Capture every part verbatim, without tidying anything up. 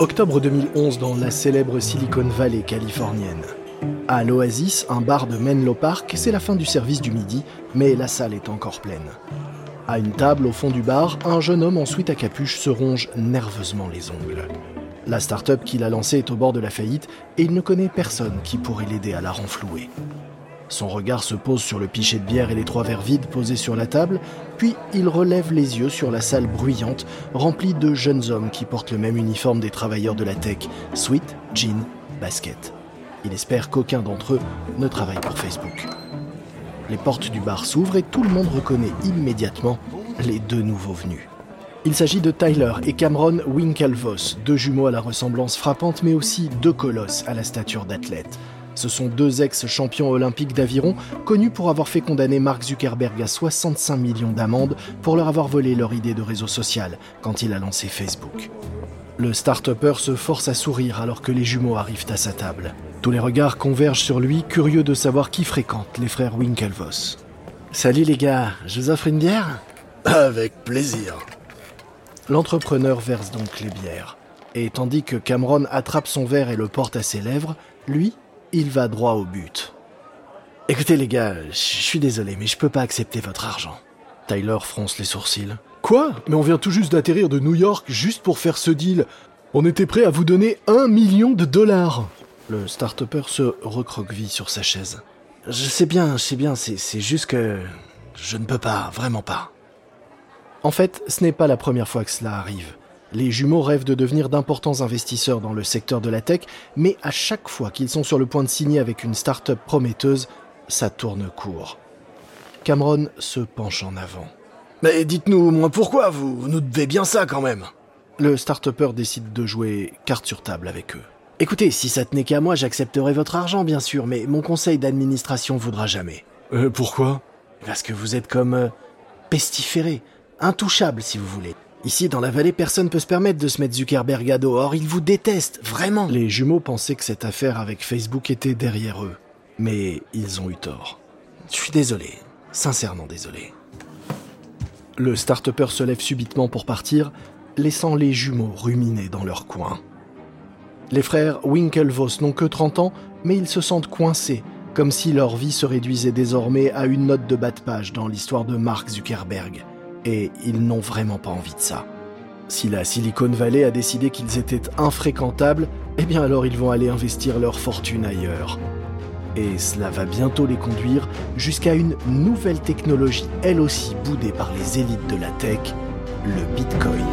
Octobre deux mille onze dans la célèbre Silicon Valley californienne. À l'Oasis, un bar de Menlo Park, c'est la fin du service du midi, mais la salle est encore pleine. À une table au fond du bar, un jeune homme en sweat à capuche se ronge nerveusement les ongles. La start-up qu'il a lancée est au bord de la faillite et il ne connaît personne qui pourrait l'aider à la renflouer. Son regard se pose sur le pichet de bière et les trois verres vides posés sur la table, puis il relève les yeux sur la salle bruyante, remplie de jeunes hommes qui portent le même uniforme des travailleurs de la tech, sweat, jean, basket. Il espère qu'aucun d'entre eux ne travaille pour Facebook. Les portes du bar s'ouvrent et tout le monde reconnaît immédiatement les deux nouveaux venus. Il s'agit de Tyler et Cameron Winklevoss, deux jumeaux à la ressemblance frappante mais aussi deux colosses à la stature d'athlète. Ce sont deux ex-champions olympiques d'aviron, connus pour avoir fait condamner Mark Zuckerberg à soixante-cinq millions d'amende pour leur avoir volé leur idée de réseau social quand il a lancé Facebook. Le start-upper se force à sourire alors que les jumeaux arrivent à sa table. Tous les regards convergent sur lui, curieux de savoir qui fréquente les frères Winklevoss. « Salut les gars, je vous offre une bière ?» ?»« Avec plaisir. » L'entrepreneur verse donc les bières. Et tandis que Cameron attrape son verre et le porte à ses lèvres, lui, il va droit au but. « Écoutez les gars, je suis désolé, mais je peux pas accepter votre argent. » Tyler fronce les sourcils. « Quoi ? Mais on vient tout juste d'atterrir de New York juste pour faire ce deal. On était prêt à vous donner un million de dollars. » Le start-upper se recroqueville sur sa chaise. « Je sais bien, je sais bien, c'est, c'est juste que je ne peux pas, vraiment pas. » En fait, ce n'est pas la première fois que cela arrive. Les jumeaux rêvent de devenir d'importants investisseurs dans le secteur de la tech, mais à chaque fois qu'ils sont sur le point de signer avec une start-up prometteuse, ça tourne court. Cameron se penche en avant. « Mais dites-nous au moins pourquoi, vous, vous nous devez bien ça quand même !» Le start-upper décide de jouer carte sur table avec eux. « Écoutez, si ça tenait qu'à moi, j'accepterais votre argent, bien sûr, mais mon conseil d'administration voudra jamais. » Euh, pourquoi ? Parce que vous êtes comme euh, pestiférés, intouchables si vous voulez. Ici, dans la vallée, personne ne peut se permettre de se mettre Zuckerberg à dos. Or, ils vous détestent, vraiment. Les jumeaux pensaient que cette affaire avec Facebook était derrière eux. Mais ils ont eu tort. Je suis désolé, sincèrement désolé. Le start-upper se lève subitement pour partir, laissant les jumeaux ruminer dans leur coin. Les frères Winklevoss n'ont que trente ans, mais ils se sentent coincés, comme si leur vie se réduisait désormais à une note de bas de page dans l'histoire de Mark Zuckerberg. Et ils n'ont vraiment pas envie de ça. Si la Silicon Valley a décidé qu'ils étaient infréquentables, eh bien alors ils vont aller investir leur fortune ailleurs. Et cela va bientôt les conduire jusqu'à une nouvelle technologie, elle aussi boudée par les élites de la tech, le Bitcoin.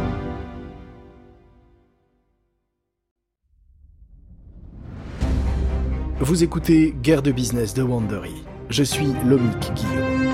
Vous écoutez Guerre de business de Wandery. Je suis Lomik Guillaume.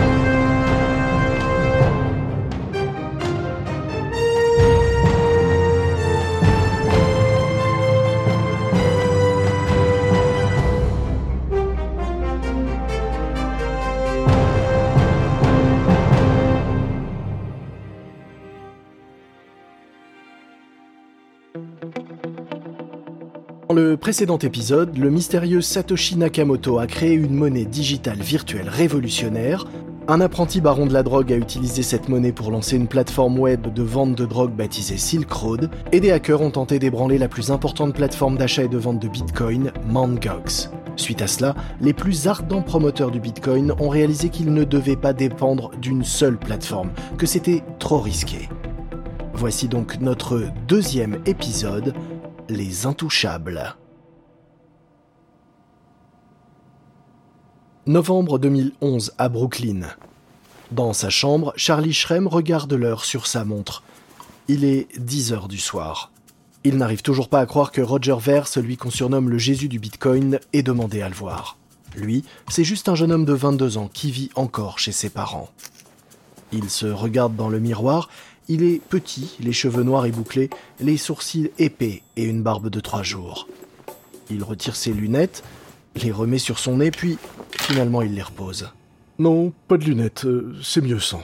Dans le précédent épisode, le mystérieux Satoshi Nakamoto a créé une monnaie digitale virtuelle révolutionnaire. Un apprenti baron de la drogue a utilisé cette monnaie pour lancer une plateforme web de vente de drogue baptisée Silk Road, et des hackers ont tenté d'ébranler la plus importante plateforme d'achat et de vente de Bitcoin, Mt. Gox. Suite à cela, les plus ardents promoteurs du Bitcoin ont réalisé qu'ils ne devaient pas dépendre d'une seule plateforme, que c'était trop risqué. Voici donc notre deuxième épisode, les intouchables. Novembre deux mille onze à Brooklyn. Dans sa chambre, Charlie Shrem regarde l'heure sur sa montre. Il est dix heures du soir. Il n'arrive toujours pas à croire que Roger Ver, celui qu'on surnomme le Jésus du Bitcoin, ait demandé à le voir. Lui, c'est juste un jeune homme de vingt-deux ans qui vit encore chez ses parents. Il se regarde dans le miroir. Il est petit, les cheveux noirs et bouclés, les sourcils épais et une barbe de trois jours. Il retire ses lunettes, les remet sur son nez, puis finalement il les repose. Non, pas de lunettes, euh, c'est mieux sans.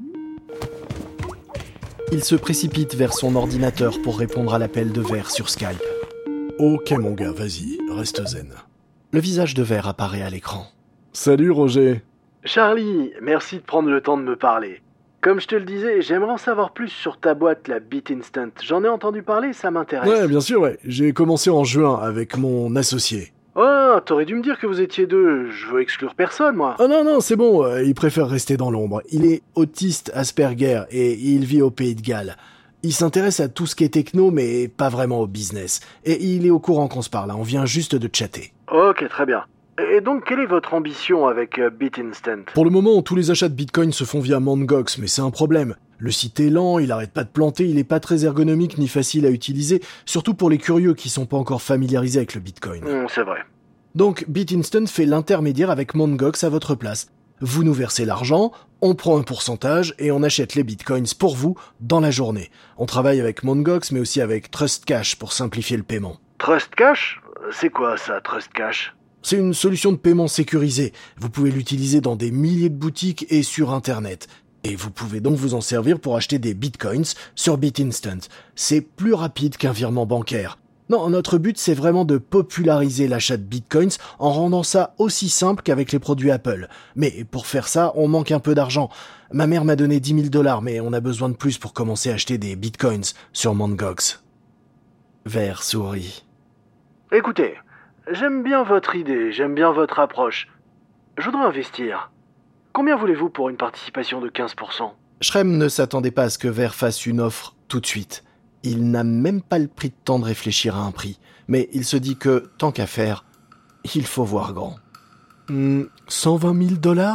Il se précipite vers son ordinateur pour répondre à l'appel de Ver sur Skype. Ok mon gars, vas-y, reste zen. Le visage de Ver apparaît à l'écran. Salut Roger. Charlie, merci de prendre le temps de me parler. Comme je te le disais, j'aimerais en savoir plus sur ta boîte, la BitInstant. J'en ai entendu parler, ça m'intéresse. Ouais, bien sûr, ouais. J'ai commencé en juin avec mon associé. Oh, t'aurais dû me dire que vous étiez deux. Je veux exclure personne, moi. Oh non, non, c'est bon, euh, il préfère rester dans l'ombre. Il est autiste Asperger et il vit au Pays de Galles. Il s'intéresse à tout ce qui est techno, mais pas vraiment au business. Et il est au courant qu'on se parle, hein. On vient juste de chatter. Ok, très bien. Et donc, quelle est votre ambition avec euh, BitInstant ? Pour le moment, tous les achats de Bitcoin se font via Mt. Gox, mais c'est un problème. Le site est lent, il arrête pas de planter, il est pas très ergonomique ni facile à utiliser, surtout pour les curieux qui sont pas encore familiarisés avec le Bitcoin. Mmh, c'est vrai. Donc, BitInstant fait l'intermédiaire avec Mt. Gox à votre place. Vous nous versez l'argent, on prend un pourcentage et on achète les Bitcoins pour vous dans la journée. On travaille avec Mt. Gox, mais aussi avec Trust Cash pour simplifier le paiement. Trust Cash ? C'est quoi ça, Trust Cash ? C'est une solution de paiement sécurisée. Vous pouvez l'utiliser dans des milliers de boutiques et sur Internet. Et vous pouvez donc vous en servir pour acheter des bitcoins sur BitInstant. C'est plus rapide qu'un virement bancaire. Non, notre but, c'est vraiment de populariser l'achat de bitcoins en rendant ça aussi simple qu'avec les produits Apple. Mais pour faire ça, on manque un peu d'argent. Ma mère m'a donné dix mille dollars, mais on a besoin de plus pour commencer à acheter des bitcoins sur Mt. Gox. Vert sourit. Écoutez, j'aime bien votre idée, j'aime bien votre approche. Je voudrais investir. Combien voulez-vous pour une participation de quinze pour cent ? Shrem ne s'attendait pas à ce que Vert fasse une offre tout de suite. Il n'a même pas le pris de temps de réfléchir à un prix. Mais il se dit que, tant qu'à faire, il faut voir grand. Hmm, cent vingt mille dollars ?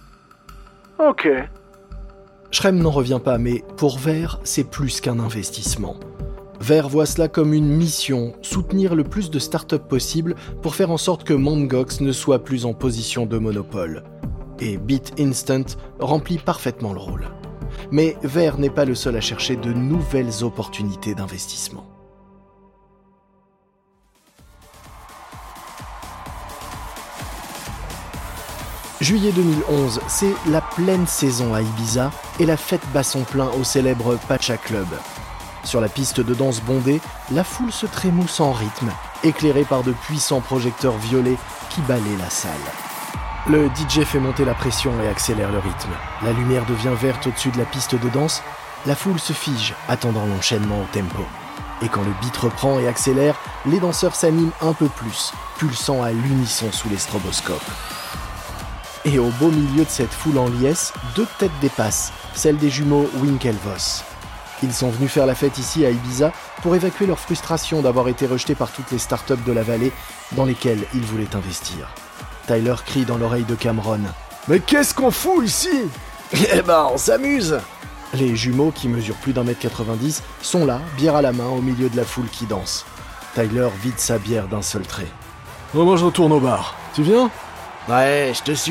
Ok. Shrem n'en revient pas, mais pour Vert, c'est plus qu'un investissement. Vert voit cela comme une mission, soutenir le plus de startups possible pour faire en sorte que Mt. Gox ne soit plus en position de monopole. Et BitInstant remplit parfaitement le rôle. Mais Vert n'est pas le seul à chercher de nouvelles opportunités d'investissement. Juillet deux mille onze, c'est la pleine saison à Ibiza et la fête bat son plein au célèbre Pacha Club. Sur la piste de danse bondée, la foule se trémousse en rythme, éclairée par de puissants projecteurs violets qui balayent la salle. Le D J fait monter la pression et accélère le rythme. La lumière devient verte au-dessus de la piste de danse. La foule se fige, attendant l'enchaînement au tempo. Et quand le beat reprend et accélère, les danseurs s'animent un peu plus, pulsant à l'unisson sous les stroboscopes. Et au beau milieu de cette foule en liesse, deux têtes dépassent, celles des jumeaux Winklevoss. Ils sont venus faire la fête ici à Ibiza pour évacuer leur frustration d'avoir été rejetés par toutes les startups de la vallée dans lesquelles ils voulaient investir. Tyler crie dans l'oreille de Cameron. « Mais qu'est-ce qu'on fout ici ?»« Eh ben, on s'amuse !» Les jumeaux, qui mesurent plus d'un mètre quatre-vingt-dix, sont là, bière à la main, au milieu de la foule qui danse. Tyler vide sa bière d'un seul trait. « Oh, moi je retourne au bar. Tu viens ?»« Ouais, je te suis. »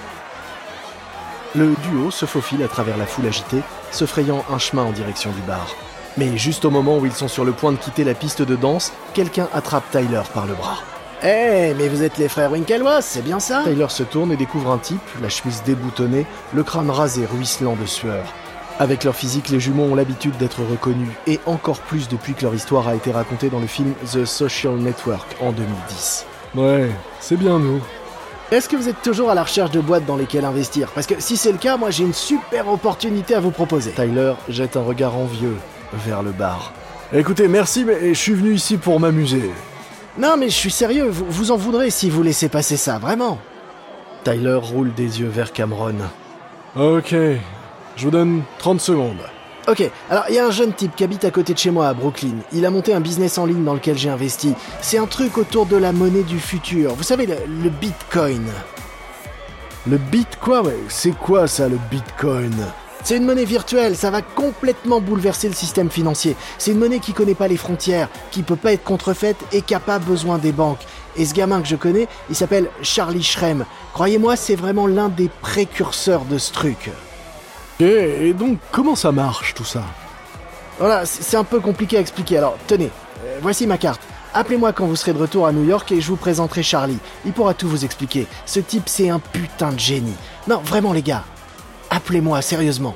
Le duo se faufile à travers la foule agitée, se frayant un chemin en direction du bar. Mais juste au moment où ils sont sur le point de quitter la piste de danse, quelqu'un attrape Tyler par le bras. « Eh, hey, mais vous êtes les frères Winklevoss, c'est bien ça ?» Tyler se tourne et découvre un type, la chemise déboutonnée, le crâne rasé ruisselant de sueur. Avec leur physique, les jumeaux ont l'habitude d'être reconnus, et encore plus depuis que leur histoire a été racontée dans le film The Social Network en deux mille dix. Ouais, c'est bien nous. Est-ce que vous êtes toujours à la recherche de boîtes dans lesquelles investir ? Parce que si c'est le cas, moi j'ai une super opportunité à vous proposer. Tyler jette un regard envieux vers le bar. Écoutez, merci, mais je suis venu ici pour m'amuser. Non, mais je suis sérieux, vous, vous en voudrez si vous laissez passer ça, vraiment. Tyler roule des yeux vers Cameron. Ok, je vous donne trente secondes. Ok, alors il y a un jeune type qui habite à côté de chez moi à Brooklyn. Il a monté un business en ligne dans lequel j'ai investi. C'est un truc autour de la monnaie du futur. Vous savez, le, le Bitcoin. Le bit quoi, ouais, c'est quoi ça, le Bitcoin ? C'est une monnaie virtuelle, ça va complètement bouleverser le système financier. C'est une monnaie qui connaît pas les frontières, qui peut pas être contrefaite et qui a pas besoin des banques. Et ce gamin que je connais, il s'appelle Charlie Shrem. Croyez-moi, c'est vraiment l'un des précurseurs de ce truc. Et, et donc, comment ça marche tout ça ? Voilà, c'est un peu compliqué à expliquer. Alors, tenez, euh, voici ma carte. Appelez-moi quand vous serez de retour à New York et je vous présenterai Charlie. Il pourra tout vous expliquer. Ce type, c'est un putain de génie. Non, vraiment les gars. Appelez-moi, sérieusement.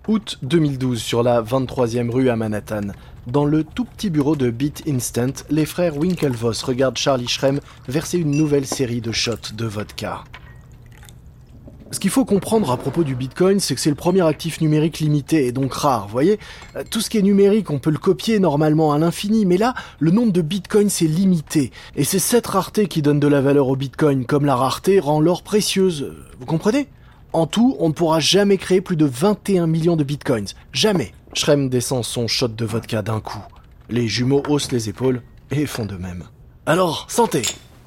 Août deux mille douze, sur la vingt-troisième rue à Manhattan. Dans le tout petit bureau de BitInstant, les frères Winklevoss regardent Charlie Shrem verser une nouvelle série de shots de vodka. Ce qu'il faut comprendre à propos du Bitcoin, c'est que c'est le premier actif numérique limité et donc rare, vous voyez ? Tout ce qui est numérique, on peut le copier normalement à l'infini, mais là, le nombre de Bitcoins c'est limité. Et c'est cette rareté qui donne de la valeur au Bitcoin, comme la rareté rend l'or précieuse. Vous comprenez ? En tout, on ne pourra jamais créer plus de vingt et un millions de Bitcoins. Jamais. Shrem descend son shot de vodka d'un coup. Les jumeaux haussent les épaules et font de même. Alors, santé !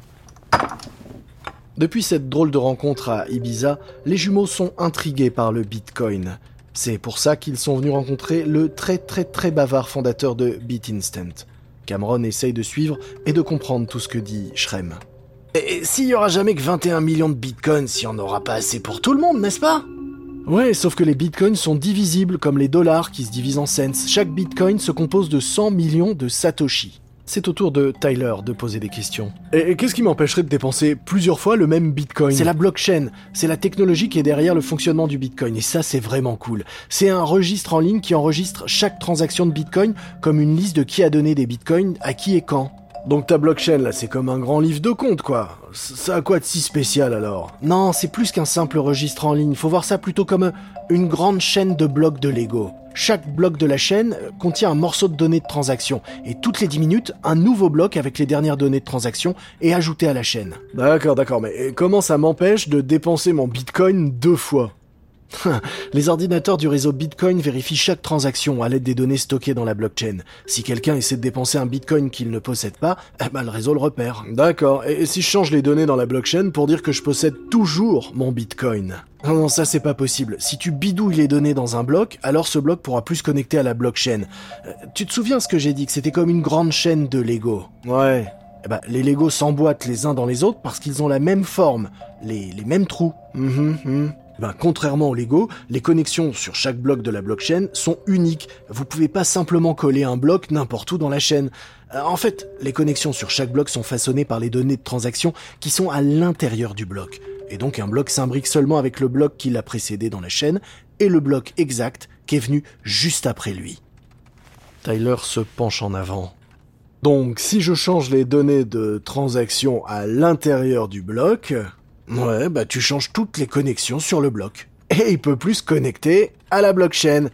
Depuis cette drôle de rencontre à Ibiza, les jumeaux sont intrigués par le Bitcoin. C'est pour ça qu'ils sont venus rencontrer le très très très bavard fondateur de BitInstant. Cameron essaye de suivre et de comprendre tout ce que dit Shrem. Et s'il y aura jamais que vingt et un millions de bitcoins, il n'y en aura pas assez pour tout le monde, n'est-ce pas ? Ouais, sauf que les bitcoins sont divisibles comme les dollars qui se divisent en cents. Chaque bitcoin se compose de cent millions de satoshi. C'est au tour de Tyler de poser des questions. Et qu'est-ce qui m'empêcherait de dépenser plusieurs fois le même bitcoin ? C'est la blockchain, c'est la technologie qui est derrière le fonctionnement du bitcoin, et ça c'est vraiment cool. C'est un registre en ligne qui enregistre chaque transaction de bitcoin comme une liste de qui a donné des bitcoins à qui et quand. Donc ta blockchain là, c'est comme un grand livre de comptes quoi. Ça a quoi de si spécial alors ? Non, c'est plus qu'un simple registre en ligne, faut voir ça plutôt comme une grande chaîne de blocs de Lego. Chaque bloc de la chaîne contient un morceau de données de transaction, et toutes les dix minutes, un nouveau bloc avec les dernières données de transaction est ajouté à la chaîne. D'accord, d'accord, mais comment ça m'empêche de dépenser mon bitcoin deux fois ? Les ordinateurs du réseau Bitcoin vérifient chaque transaction à l'aide des données stockées dans la blockchain. Si quelqu'un essaie de dépenser un Bitcoin qu'il ne possède pas, eh ben le réseau le repère. D'accord, et si je change les données dans la blockchain pour dire que je possède toujours mon Bitcoin ? Non, non, ça c'est pas possible. Si tu bidouilles les données dans un bloc, alors ce bloc pourra plus se connecter à la blockchain. Euh, tu te souviens ce que j'ai dit, que c'était comme une grande chaîne de Lego ? Ouais. Eh ben, les Legos s'emboîtent les uns dans les autres parce qu'ils ont la même forme, les, les mêmes trous. Mm-hmm, mm. Ben, contrairement aux Lego, les connexions sur chaque bloc de la blockchain sont uniques. Vous pouvez pas simplement coller un bloc n'importe où dans la chaîne. En fait, les connexions sur chaque bloc sont façonnées par les données de transaction qui sont à l'intérieur du bloc. Et donc un bloc s'imbrique seulement avec le bloc qui l'a précédé dans la chaîne et le bloc exact qui est venu juste après lui. Tyler se penche en avant. Donc si je change les données de transaction à l'intérieur du bloc... Ouais, bah tu changes toutes les connexions sur le bloc. Et il peut plus se connecter à la blockchain.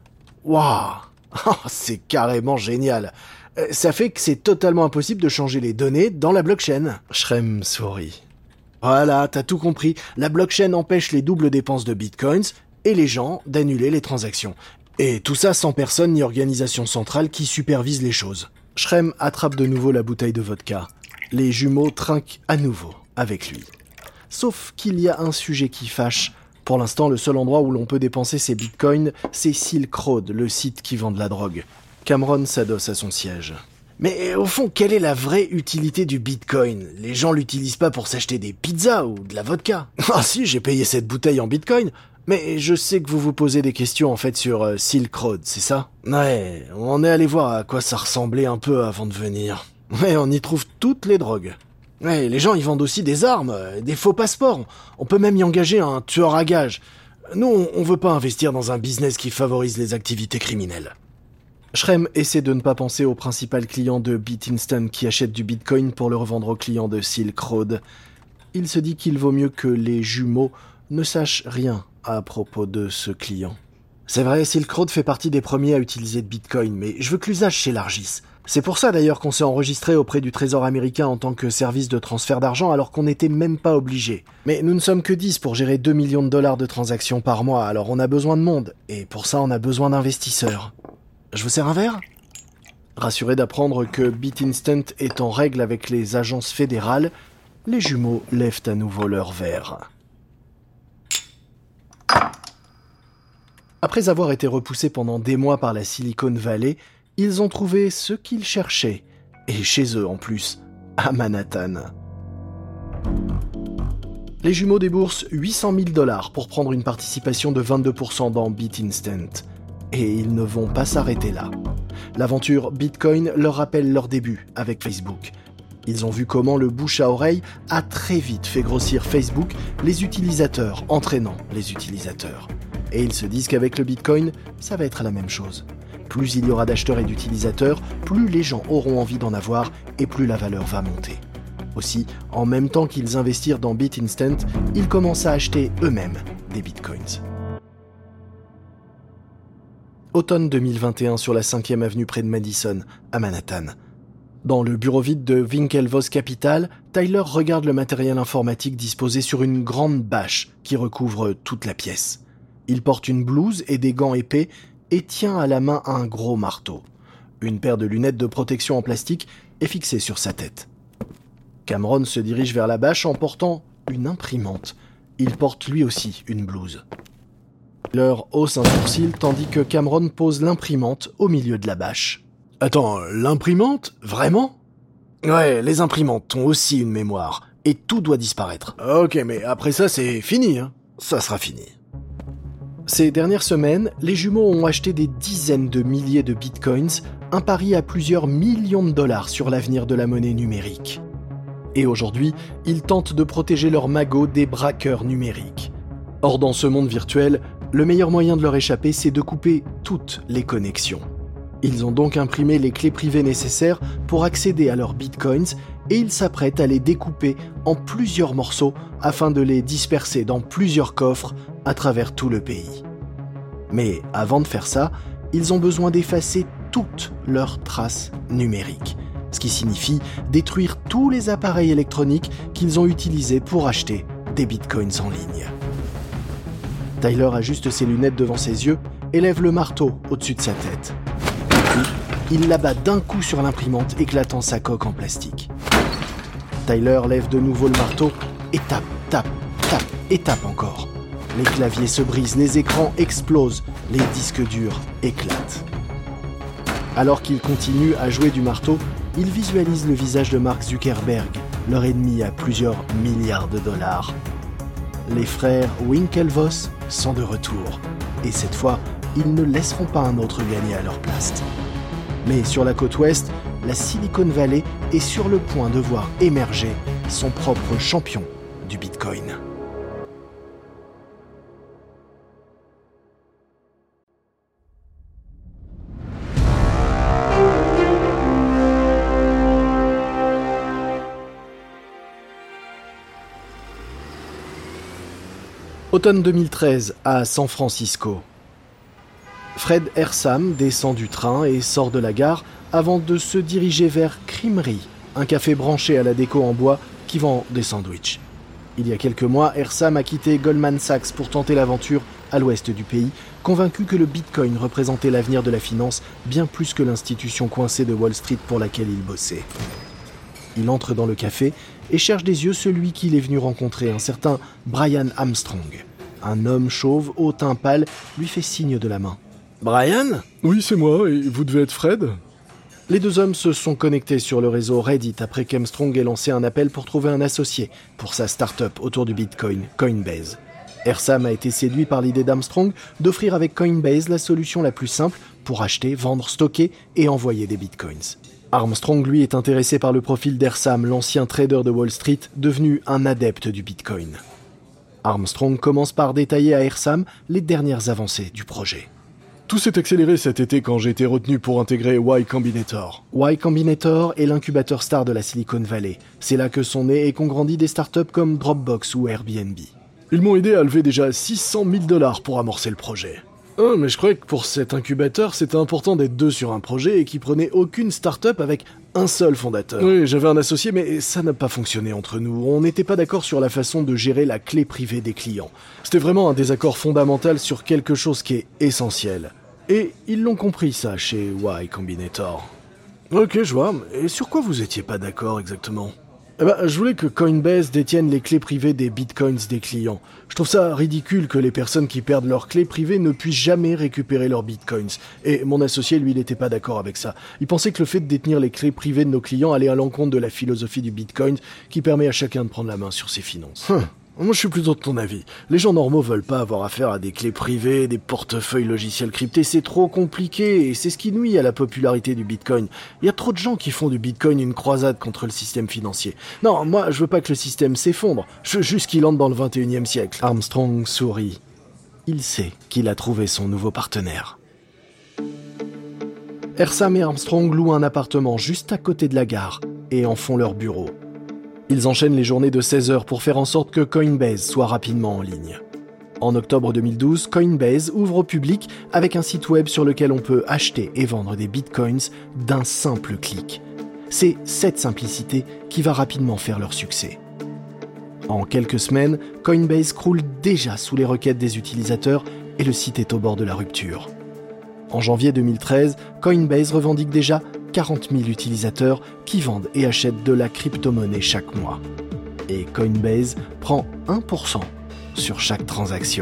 Waouh, oh, c'est carrément génial. Euh, ça fait que c'est totalement impossible de changer les données dans la blockchain. Shrem sourit. Voilà, t'as tout compris. La blockchain empêche les doubles dépenses de bitcoins et les gens d'annuler les transactions. Et tout ça sans personne ni organisation centrale qui supervise les choses. Shrem attrape de nouveau la bouteille de vodka. Les jumeaux trinquent à nouveau avec lui. Sauf qu'il y a un sujet qui fâche. Pour l'instant, le seul endroit où l'on peut dépenser ses bitcoins, c'est Silk Road, le site qui vend de la drogue. Cameron s'adosse à son siège. Mais au fond, quelle est la vraie utilité du bitcoin ? Les gens l'utilisent pas pour s'acheter des pizzas ou de la vodka. Ah si, j'ai payé cette bouteille en bitcoin. Mais je sais que vous vous posez des questions en fait sur euh, Silk Road, c'est ça ? Ouais, on est allé voir à quoi ça ressemblait un peu avant de venir. Ouais, on y trouve toutes les drogues. Ouais, les gens ils vendent aussi des armes, des faux passeports. On peut même y engager un tueur à gages. Nous, on, on veut pas investir dans un business qui favorise les activités criminelles. Shrem essaie de ne pas penser au principal client de BitInstant qui achète du Bitcoin pour le revendre aux clients de Silk Road. Il se dit qu'il vaut mieux que les jumeaux ne sachent rien à propos de ce client. C'est vrai, Silk Road fait partie des premiers à utiliser de Bitcoin, mais je veux que l'usage s'élargisse. C'est pour ça d'ailleurs qu'on s'est enregistré auprès du Trésor américain en tant que service de transfert d'argent alors qu'on n'était même pas obligé. Mais nous ne sommes que dix pour gérer deux millions de dollars de transactions par mois, alors on a besoin de monde, et pour ça on a besoin d'investisseurs. Je vous sers un verre ? Rassurés d'apprendre que BitInstant est en règle avec les agences fédérales, les jumeaux lèvent à nouveau leur verre. Après avoir été repoussés pendant des mois par la Silicon Valley, ils ont trouvé ce qu'ils cherchaient, et chez eux en plus, à Manhattan. Les jumeaux déboursent huit cent mille dollars pour prendre une participation de vingt-deux pour cent dans BitInstant. Et ils ne vont pas s'arrêter là. L'aventure Bitcoin leur rappelle leur début avec Facebook. Ils ont vu comment le bouche à oreille a très vite fait grossir Facebook, les utilisateurs entraînant les utilisateurs. Et ils se disent qu'avec le Bitcoin, ça va être la même chose. Plus il y aura d'acheteurs et d'utilisateurs, plus les gens auront envie d'en avoir et plus la valeur va monter. Aussi, en même temps qu'ils investirent dans BitInstant, ils commencent à acheter eux-mêmes des Bitcoins. Automne deux mille vingt et un sur la cinquième avenue près de Madison, à Manhattan. Dans le bureau vide de Winklevoss Capital, Tyler regarde le matériel informatique disposé sur une grande bâche qui recouvre toute la pièce. Il porte une blouse et des gants épais et tient à la main un gros marteau. Une paire de lunettes de protection en plastique est fixée sur sa tête. Cameron se dirige vers la bâche en portant une imprimante. Il porte lui aussi une blouse. Leur hausse un sourcil tandis que Cameron pose l'imprimante au milieu de la bâche. « Attends, l'imprimante ? Vraiment ? » ?»« Ouais, les imprimantes ont aussi une mémoire, et tout doit disparaître. »« Ok, mais après ça, c'est fini, hein ? » ?»« Ça sera fini. » Ces dernières semaines, les jumeaux ont acheté des dizaines de milliers de bitcoins, un pari à plusieurs millions de dollars sur l'avenir de la monnaie numérique. Et aujourd'hui, ils tentent de protéger leur magot des braqueurs numériques. Or, dans ce monde virtuel, le meilleur moyen de leur échapper, c'est de couper toutes les connexions. Ils ont donc imprimé les clés privées nécessaires pour accéder à leurs bitcoins et ils s'apprêtent à les découper en plusieurs morceaux afin de les disperser dans plusieurs coffres à travers tout le pays. Mais avant de faire ça, ils ont besoin d'effacer toutes leurs traces numériques, ce qui signifie détruire tous les appareils électroniques qu'ils ont utilisés pour acheter des bitcoins en ligne. Tyler ajuste ses lunettes devant ses yeux et lève le marteau au-dessus de sa tête. Puis, il l'abat d'un coup sur l'imprimante, éclatant sa coque en plastique. Tyler lève de nouveau le marteau et tape, tape, tape et tape encore. Les claviers se brisent, les écrans explosent, les disques durs éclatent. Alors qu'il continue à jouer du marteau, il visualise le visage de Mark Zuckerberg, leur ennemi à plusieurs milliards de dollars. Les frères Winklevoss sont de retour, et cette fois, ils ne laisseront pas un autre gagner à leur place. Mais sur la côte ouest, la Silicon Valley est sur le point de voir émerger son propre champion du Bitcoin. Automne deux mille treize, à San Francisco. Fred Ehrsam descend du train et sort de la gare avant de se diriger vers Creamery, un café branché à la déco en bois qui vend des sandwichs. Il y a quelques mois, Ehrsam a quitté Goldman Sachs pour tenter l'aventure à l'ouest du pays, convaincu que le Bitcoin représentait l'avenir de la finance bien plus que l'institution coincée de Wall Street pour laquelle il bossait. Il entre dans le café et cherche des yeux celui qu'il est venu rencontrer, un certain Brian Armstrong. Un homme chauve, au teint pâle, lui fait signe de la main. « Brian ? » ?»« Oui, c'est moi, et vous devez être Fred ?» Les deux hommes se sont connectés sur le réseau Reddit après qu'Armstrong ait lancé un appel pour trouver un associé pour sa start-up autour du Bitcoin, Coinbase. Ehrsam a été séduit par l'idée d'Armstrong d'offrir avec Coinbase la solution la plus simple pour acheter, vendre, stocker et envoyer des Bitcoins. Armstrong, lui, est intéressé par le profil d'Ehrsam, l'ancien trader de Wall Street, devenu un adepte du Bitcoin. Armstrong commence par détailler à Ehrsam les dernières avancées du projet. Tout s'est accéléré cet été quand j'ai été retenu pour intégrer Y Combinator. Y Combinator est l'incubateur star de la Silicon Valley. C'est là que sont nées et qu'ont grandi des startups comme Dropbox ou Airbnb. Ils m'ont aidé à lever déjà six cent mille dollars pour amorcer le projet. Ah, mais je croyais que pour cet incubateur, c'était important d'être deux sur un projet et qu'ils prenaient aucune start-up avec un seul fondateur. Oui, j'avais un associé, mais ça n'a pas fonctionné entre nous. On n'était pas d'accord sur la façon de gérer la clé privée des clients. C'était vraiment un désaccord fondamental sur quelque chose qui est essentiel. Et ils l'ont compris ça chez Y Combinator. Ok, je vois. Et sur quoi vous étiez pas d'accord exactement ? Eh ben, je voulais que Coinbase détienne les clés privées des bitcoins des clients. Je trouve ça ridicule que les personnes qui perdent leurs clés privées ne puissent jamais récupérer leurs bitcoins. Et mon associé, lui, il n'était pas d'accord avec ça. Il pensait que le fait de détenir les clés privées de nos clients allait à l'encontre de la philosophie du bitcoin qui permet à chacun de prendre la main sur ses finances. Hum. Moi, je suis plutôt de ton avis. Les gens normaux veulent pas avoir affaire à des clés privées, des portefeuilles logiciels cryptés. C'est trop compliqué et c'est ce qui nuit à la popularité du Bitcoin. Il y a trop de gens qui font du Bitcoin une croisade contre le système financier. Non, moi, je veux pas que le système s'effondre. Je veux juste qu'il entre dans le vingt et unième siècle. Armstrong sourit. il sait qu'il a trouvé son nouveau partenaire. Ersam et Armstrong louent un appartement juste à côté de la gare et en font leur bureau. Ils enchaînent les journées de seize heures pour faire en sorte que Coinbase soit rapidement en ligne. En octobre deux mille douze, Coinbase ouvre au public avec un site web sur lequel on peut acheter et vendre des bitcoins d'un simple clic. C'est cette simplicité qui va rapidement faire leur succès. En quelques semaines, Coinbase croule déjà sous les requêtes des utilisateurs et le site est au bord de la rupture. En janvier deux mille treize, Coinbase revendique déjà quarante mille utilisateurs qui vendent et achètent de la crypto-monnaie chaque mois. Et Coinbase prend un pour cent sur chaque transaction.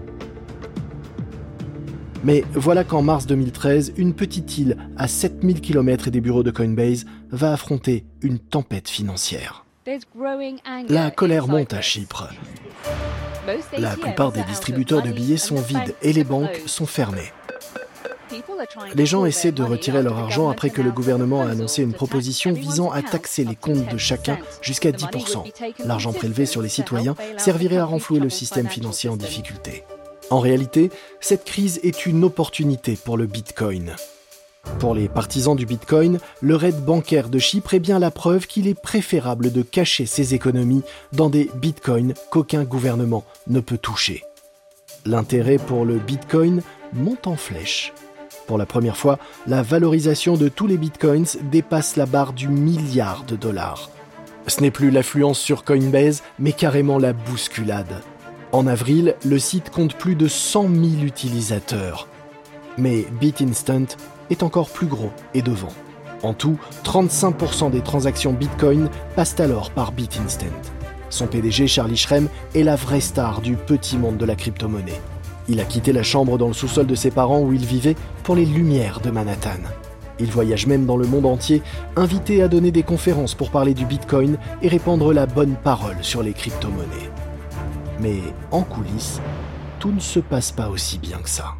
Mais voilà qu'en mars deux mille treize, une petite île à sept mille kilomètres et des bureaux de Coinbase va affronter une tempête financière. La colère monte à Chypre. La plupart des distributeurs de billets sont vides et les banques sont fermées. Les gens essaient de retirer leur argent après que le gouvernement a annoncé une proposition visant à taxer les comptes de chacun jusqu'à dix pour cent. L'argent prélevé sur les citoyens servirait à renflouer le système financier en difficulté. En réalité, cette crise est une opportunité pour le Bitcoin. Pour les partisans du Bitcoin, le raid bancaire de Chypre est bien la preuve qu'il est préférable de cacher ses économies dans des bitcoins qu'aucun gouvernement ne peut toucher. L'intérêt pour le Bitcoin monte en flèche. Pour la première fois, la valorisation de tous les bitcoins dépasse la barre du milliard de dollars. Ce n'est plus l'affluence sur Coinbase, mais carrément la bousculade. En avril, le site compte plus de cent mille utilisateurs. Mais BitInstant est encore plus gros et devant. En tout, trente-cinq pour cent des transactions Bitcoin passent alors par BitInstant. Son P D G, Charlie Shrem, est la vraie star du petit monde de la crypto-monnaie. Il a quitté la chambre dans le sous-sol de ses parents où il vivait pour les lumières de Manhattan. Il voyage même dans le monde entier, invité à donner des conférences pour parler du Bitcoin et répandre la bonne parole sur les crypto-monnaies. Mais en coulisses, tout ne se passe pas aussi bien que ça.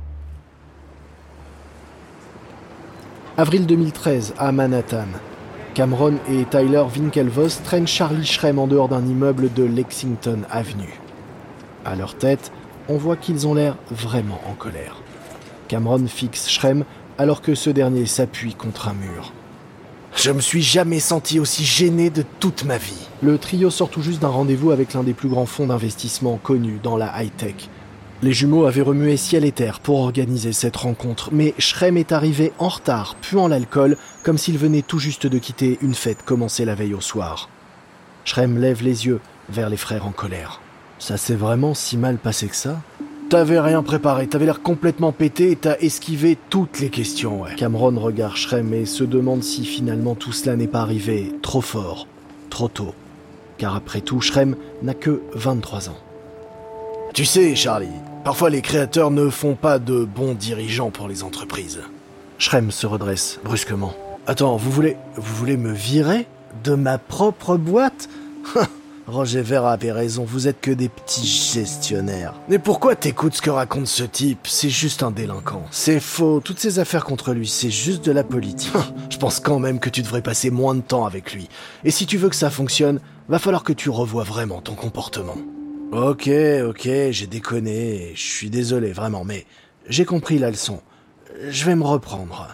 Avril deux mille treize, à Manhattan. Cameron et Tyler Winklevoss traînent Charlie Shrem en dehors d'un immeuble de Lexington Avenue. À leur tête, on voit qu'ils ont l'air vraiment en colère. Cameron fixe Shrem alors que ce dernier s'appuie contre un mur. « Je me suis jamais senti aussi gêné de toute ma vie. » Le trio sort tout juste d'un rendez-vous avec l'un des plus grands fonds d'investissement connus dans la high-tech. Les jumeaux avaient remué ciel et terre pour organiser cette rencontre, mais Shrem est arrivé en retard, puant l'alcool, comme s'il venait tout juste de quitter une fête commencée la veille au soir. Shrem lève les yeux vers les frères en colère. « Ça s'est vraiment si mal passé que ça ? T'avais rien préparé, t'avais l'air complètement pété et t'as esquivé toutes les questions, ouais. » Cameron regarde Shrem et se demande si finalement tout cela n'est pas arrivé trop fort, trop tôt. Car après tout, Shrem n'a que vingt-trois ans. « Tu sais, Charlie, parfois les créateurs ne font pas de bons dirigeants pour les entreprises. » Shrem se redresse brusquement. « Attends, vous voulez, vous voulez me virer de ma propre boîte ? » Roger Ver avait raison, vous êtes que des petits gestionnaires. Mais pourquoi t'écoutes ce que raconte ce type ? C'est juste un délinquant. C'est faux, toutes ces affaires contre lui, c'est juste de la politique. Je pense quand même que tu devrais passer moins de temps avec lui. Et si tu veux que ça fonctionne, va falloir que tu revoies vraiment ton comportement. Ok, ok, j'ai déconné, je suis désolé vraiment, mais j'ai compris la leçon. Je vais me reprendre.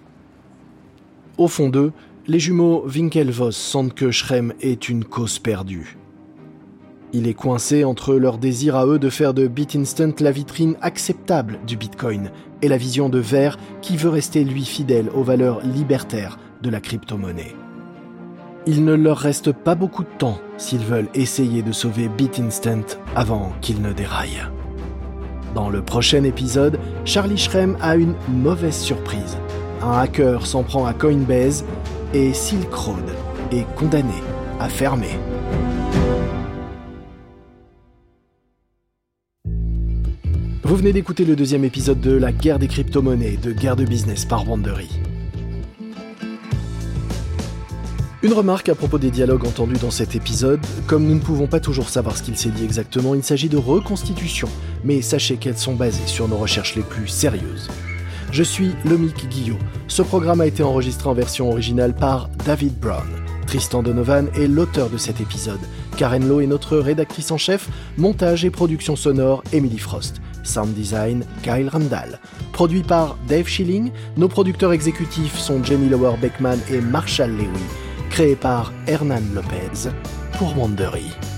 Au fond d'eux, les jumeaux Winklevoss sentent que Shrem est une cause perdue. Il est coincé entre leur désir à eux de faire de BitInstant la vitrine acceptable du Bitcoin et la vision de Ver qui veut rester lui fidèle aux valeurs libertaires de la crypto-monnaie. Il ne leur reste pas beaucoup de temps s'ils veulent essayer de sauver BitInstant avant qu'il ne déraille. Dans le prochain épisode, Charlie Shrem a une mauvaise surprise. Un hacker s'en prend à Coinbase et Silk Road est condamné à fermer. Vous venez d'écouter le deuxième épisode de La guerre des crypto-monnaies de Guerre de business par Wandery. Une remarque à propos des dialogues entendus dans cet épisode, comme nous ne pouvons pas toujours savoir ce qu'il s'est dit exactement, il s'agit de reconstitutions, mais sachez qu'elles sont basées sur nos recherches les plus sérieuses. Je suis Lomique Guillot. Ce programme a été enregistré en version originale par David Brown. Tristan Donovan est l'auteur de cet épisode. Karen Lowe est notre rédactrice en chef. Montage et production sonore, Emily Frost. Sound design, Kyle Randall. Produit par Dave Schilling, nos producteurs exécutifs sont Jenny Lower Beckman et Marshall Lewy. Créé par Hernan Lopez pour Wandery.